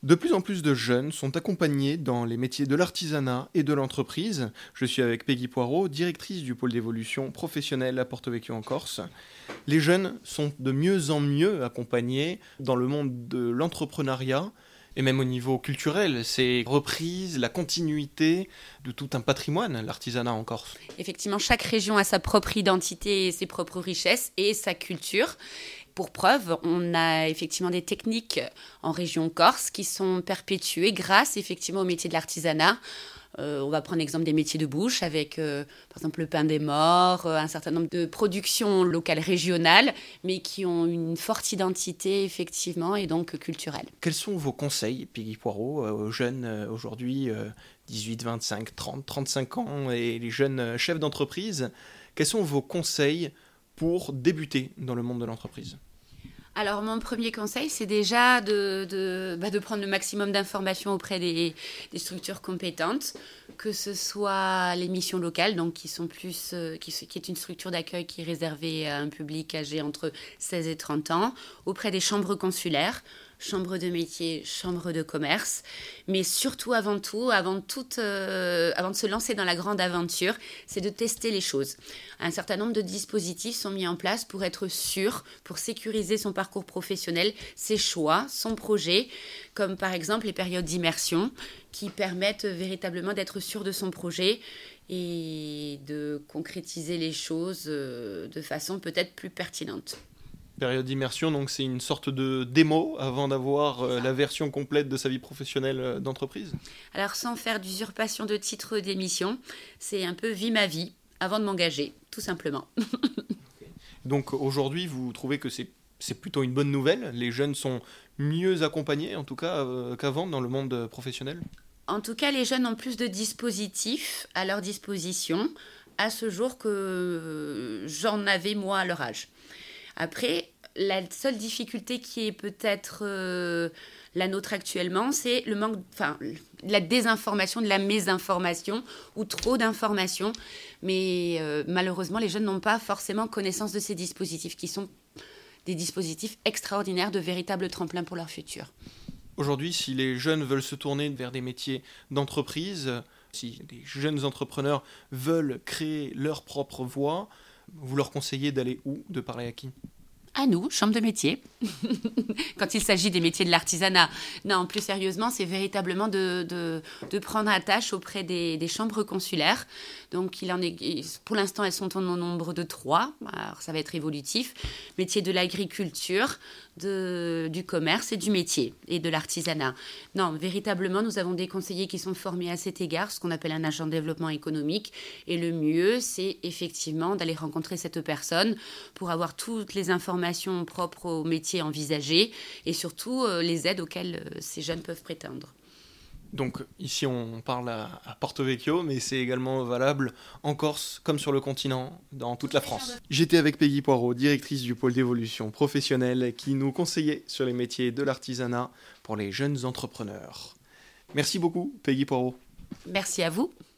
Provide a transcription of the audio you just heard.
De plus en plus de jeunes sont accompagnés dans les métiers de l'artisanat et de l'entreprise. Je suis avec Peggy Poirot, directrice du pôle d'évolution professionnelle à Porto Vecchio en Corse. Les jeunes sont de mieux en mieux accompagnés dans le monde de l'entrepreneuriat et même au niveau culturel. C'est reprise, la continuité de tout un patrimoine, l'artisanat en Corse. Effectivement, chaque région a sa propre identité et ses propres richesses et sa culture. Pour preuve, on a effectivement des techniques en région Corse qui sont perpétuées grâce effectivement au métier de l'artisanat. On va prendre l'exemple des métiers de bouche avec, par exemple, le pain des morts, un certain nombre de productions locales régionales, mais qui ont une forte identité, effectivement, et donc culturelle. Quels sont vos conseils, Peggy Poirot, aux jeunes aujourd'hui, 18, 25, 30, 35 ans, et les jeunes chefs d'entreprise? Quels sont vos conseils pour débuter dans le monde de l'entreprise? Alors, mon premier conseil, c'est déjà de prendre le maximum d'informations auprès des structures compétentes, que ce soit les missions locales, donc qui est une structure d'accueil qui est réservée à un public âgé entre 16 et 30 ans, auprès des chambres consulaires, chambres de métier, chambres de commerce, mais surtout avant de se lancer dans la grande aventure, c'est de tester les choses. Un certain nombre de dispositifs sont mis en place pour être sûr, pour sécuriser son parcours professionnel, ses choix, son projet, comme par exemple les périodes d'immersion qui permettent véritablement d'être sûr de son projet et de concrétiser les choses de façon peut-être plus pertinente. Période d'immersion, donc c'est une sorte de démo avant d'avoir la version complète de sa vie professionnelle d'entreprise. Alors sans faire d'usurpation de titre d'émission, c'est un peu vie ma vie avant de m'engager, tout simplement. Donc aujourd'hui, vous trouvez que c'est plutôt une bonne nouvelle? Les jeunes sont mieux accompagnés, en tout cas, qu'avant dans le monde professionnel? En tout cas, les jeunes ont plus de dispositifs à leur disposition à ce jour que j'en avais moi à leur âge. Après, la seule difficulté qui est peut-être la nôtre actuellement, c'est la désinformation, de la mésinformation ou trop d'informations. Mais malheureusement, les jeunes n'ont pas forcément connaissance de ces dispositifs qui sont des dispositifs extraordinaires, de véritables tremplins pour leur futur. Aujourd'hui, si les jeunes veulent se tourner vers des métiers d'entreprise, si des jeunes entrepreneurs veulent créer leur propre voie, vous leur conseillez d'aller où? De parler à qui? À nous, chambre de métier, quand il s'agit des métiers de l'artisanat. Non, plus sérieusement, c'est véritablement de prendre attache auprès des chambres consulaires. Donc, pour l'instant, elles sont au nombre de 3. Alors, ça va être évolutif. Métier de l'agriculture, du commerce et du métier et de l'artisanat. Non, véritablement, nous avons des conseillers qui sont formés à cet égard, ce qu'on appelle un agent de développement économique. Et le mieux, c'est effectivement d'aller rencontrer cette personne pour avoir toutes les informations propres au métier envisagé et surtout les aides auxquelles ces jeunes peuvent prétendre. Donc ici on parle à Porto Vecchio, mais c'est également valable en Corse comme sur le continent, dans toute la France. J'étais avec Peggy Poirot, directrice du pôle d'évolution professionnelle, qui nous conseillait sur les métiers de l'artisanat pour les jeunes entrepreneurs. Merci beaucoup Peggy Poirot. Merci à vous.